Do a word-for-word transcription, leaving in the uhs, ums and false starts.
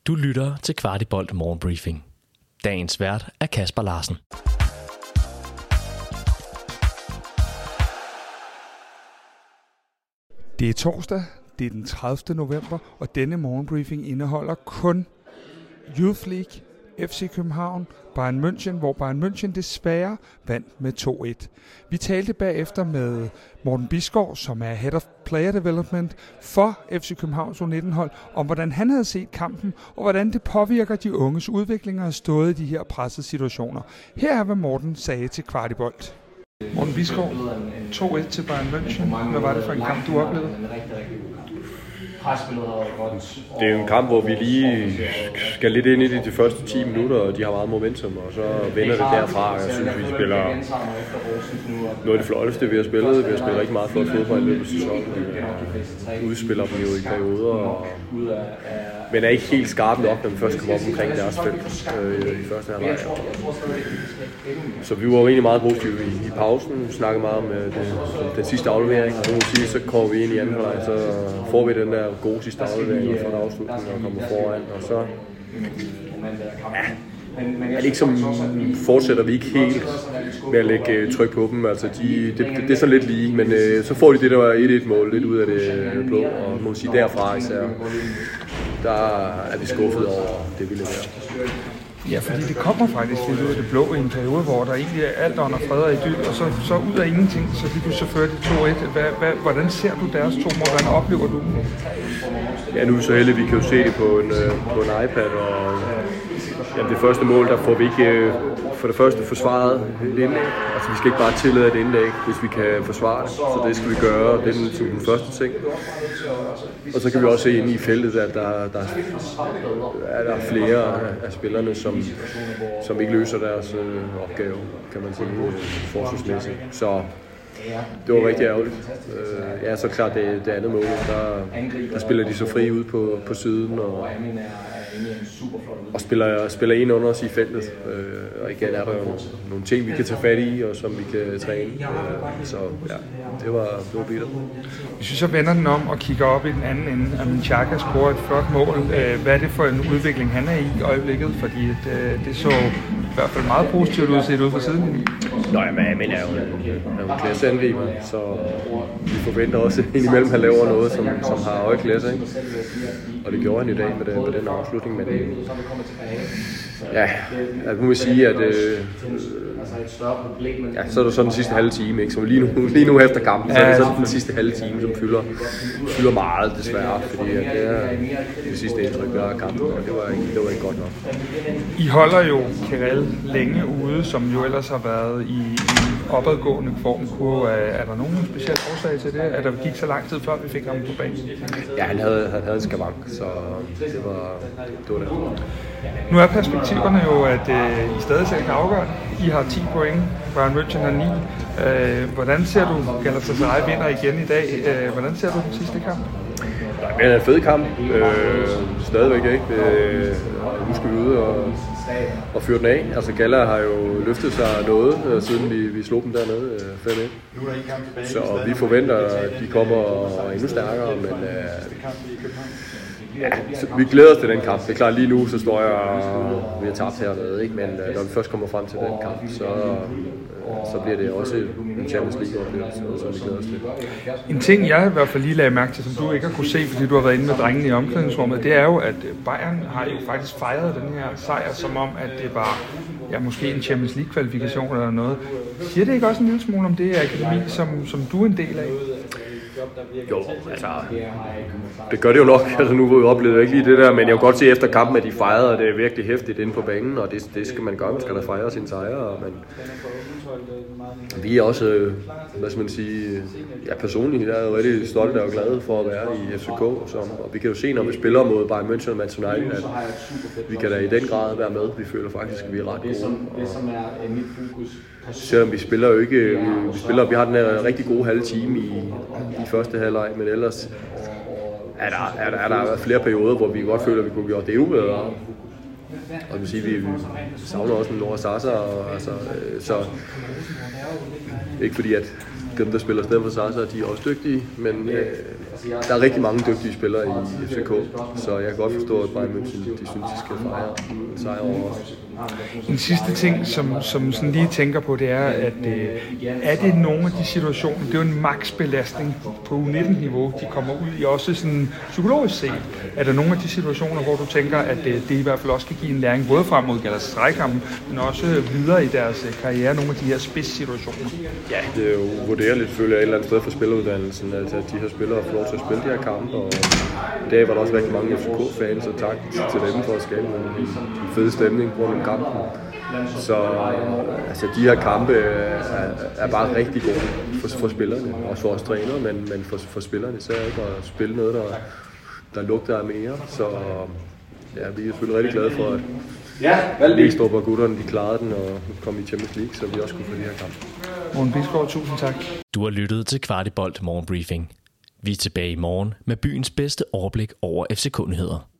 Du lytter til Kvartibolt Morgenbriefing. Dagens vært er Kasper Larsen. Det er torsdag, det er den tredivte november, og denne morgenbriefing indeholder kun Youth League, F C København, Bayern München, hvor Bayern München desværre vandt med to et. Vi talte bagefter med Morten Bisgaard, som er Head of Player Development for F C Københavns U nitten-hold, om hvordan han havde set kampen, og hvordan det påvirker de unges udvikling og har stået i de her pressede situationer. Her er, hvad Morten sagde til Kvartibolt. Morten Bisgaard, to et til Bayern München. Hvad var det for en kamp, du oplevede? Det er jo en kamp, hvor vi lige skal lidt ind i de første ti minutter, og de har meget momentum, og så vender det derfra. Jeg synes, vi spiller noget af det flotteste, vi har spillet. Vi har spillet rigtig meget flot fodbold i løbet af sæsonen. Vi udspiller dem jo i perioder, og men er ikke helt skarpe nok, når vi først kommer op omkring deres felt øh, i første halvleg. Så vi var rigtig meget positive i, i pausen. Vi snakkede meget om øh, det, den sidste aflevering. Og nu sige, så kommer vi ind i anden halvleg, så får vi den der gode sidste aflevering og får en afslutning og kommer foran. Og så ja, er det ikke som fortsætter vi ikke helt med at lægge øh, tryk på dem. Altså de, det, det, det er sådan lidt lige, men øh, så får de det der et et mål lidt ud af det blå. Og må sige derfra især, der er vi skuffet over det, vi leverer. Ja, fordi det kommer faktisk lidt ud af det blå i en periode, hvor der egentlig er alt under fred og idyl, og så, så ud af ingenting, så lige pludselig fører de to et. Hvad, hvad, hvordan ser du deres to mål? Hvordan oplever du dem? Ja, nu er vi så heldige, vi kan jo se det på en, på en iPad, og jamen, det første mål, der får vi ikke for det første forsvaret et indlæg. Altså, vi skal ikke bare tillade et indlæg, hvis vi kan forsvare det, så det skal vi gøre. Det er den, den første ting. Og så kan vi også se inde i feltet, at der, der, er, der er flere af spillerne, som, som ikke løser deres øh, opgave, kan man sige, forsvarsmæssigt. Så det var rigtig ærgerligt. Øh, ja, så klart det, det andet mål, der, der spiller de så fri ud på, på siden, og, og spiller, spiller en under os i feltet. Øh, og igen er der jo nogle ting, vi kan tage fat i, og som vi kan træne. Øh, så ja, det var, det var bittert. Hvis vi så vender den om og kigger op i den anden ende, at Xhaka scorer et flot mål. Hvad er det for en udvikling, han er i i øjeblikket? Fordi det, det så i hvert fald meget positivt ud set ud fra siden. Nå, jamen, jeg mener, jeg er jo en, en klasseangriber, så vi forventer også indimellem, at han laver noget, som, som har høje klasse, ikke? Og det gjorde han i dag med den, med den afslutning, men ja, altså, nu vil sige, at øh, ja, så er det sådan den sidste halve time, ikke? Så lige nu, lige nu efter kampen, så er det sådan den sidste halve time, som fylder, fylder meget desværre, fordi at det er det sidste indtryk, der er kampen, og det var ikke, det var ikke godt nok. I holder jo Kerel længe ude, som jo ellers har været i en opadgående form. Er der nogen speciel årsag til det? At der gik så lang tid før vi fik ham på banen? Ja, han havde, han havde en skavank, så det var det. Var det. Nu er perspektiverne jo, at øh, I stadig selv kan afgøre det. I har ti point, Bayern München har ni. Øh, hvordan ser du Galatasaray vinder igen i dag? Øh, hvordan ser du den sidste kamp? Det er en fed kamp. Øh, stadigvæk ikke. Øh, nu skal vi ud og, og fyre den af. Altså Gala har jo løftet sig noget, øh, siden vi, vi slog dem dernede øh, fem et. Så vi forventer, at de kommer endnu stærkere, men øh, ja, så vi glæder os til den kamp. Det er klart, lige nu så står jeg ved at tabe hernede, ikke? Men når vi først kommer frem til den kamp, så, så bliver det også en Champions League-oplevelse, som vi glæder os til. En ting, jeg i hvert fald lige lagde mærke til, som du ikke har kunne se, fordi du har været inde med drengene i omklædningsrummet, det er jo, at Bayern har jo faktisk fejret den her sejr, som om, at det var ja, måske en Champions League-kvalifikation eller noget. Siger det ikke også en lille smule om det akademi, som, som du er en del af? Jo, altså, det gør det jo nok. Altså, nu har vi oplevet ikke lige det der, men jeg kan godt se efter kampen, at de fejrede, og det er virkelig hæftigt inde på banen, og det, det skal man gøre, man skal da fejre sin sejre, men vi er også, hvad skal man sige, ja, personligt jeg er jo rigtig stolte og glade for at være i F C K, og vi kan jo se, når vi spiller mod Bayern München og Manchester United, at vi kan da i den grad være med. Vi føler faktisk, at vi er ret gode. Og selvom vi spiller jo ikke, vi, spiller, vi har den her rigtig gode halve time i, i første halvleg, men ellers er der, er, der, er der flere perioder, hvor vi godt føler, at vi kunne gøre det endnu bedre. Og vil sige, vi, vi savner også en Nora Sasa, og, altså, øh, så ikke fordi, at dem, der spiller stedet for Sasa, de er også dygtige, men, øh, der er rigtig mange dygtige spillere i F C K, så jeg kan godt forstå, at Bayern München, de synes, de skal fejre en sejr over os. En sidste ting, som, som sådan lige tænker på, det er, at øh, er det nogle af de situationer, det er jo en maksbelastning på U nitten-niveau, de kommer ud i også sådan psykologisk set. Er der nogle af de situationer, hvor du tænker, at det, det i hvert fald også kan give en læring, både frem mod Galatasaray-kampen, men også videre i deres karriere, nogle af de her spidssituationer? Ja, det er jo vurderligt, føler jeg, et eller andet sted for spilleruddannelsen, at de her spillere får lov til at spille de her kampe, og i dag var der også rigtig mange F C K-fans, og tak til dem for at skabe en, en fed stemning rundt om kampen. Så altså, de her kampe er, er bare rigtig gode for, for spillerne, også for os trænere, men, men for, for spillerne så er det ikke at spille noget, der, der lugter af mere. Så ja, vi er selvfølgelig rigtig glade for, at Ligstrup og gutterne de klarede den og kom i Champions League, så vi også kunne få de her kampe. Morten Bisgaard, tusind tak. Du har lyttet til Kvartibolt Morgenbriefing. Vi er tilbage i morgen med byens bedste overblik over F C K-nyheder.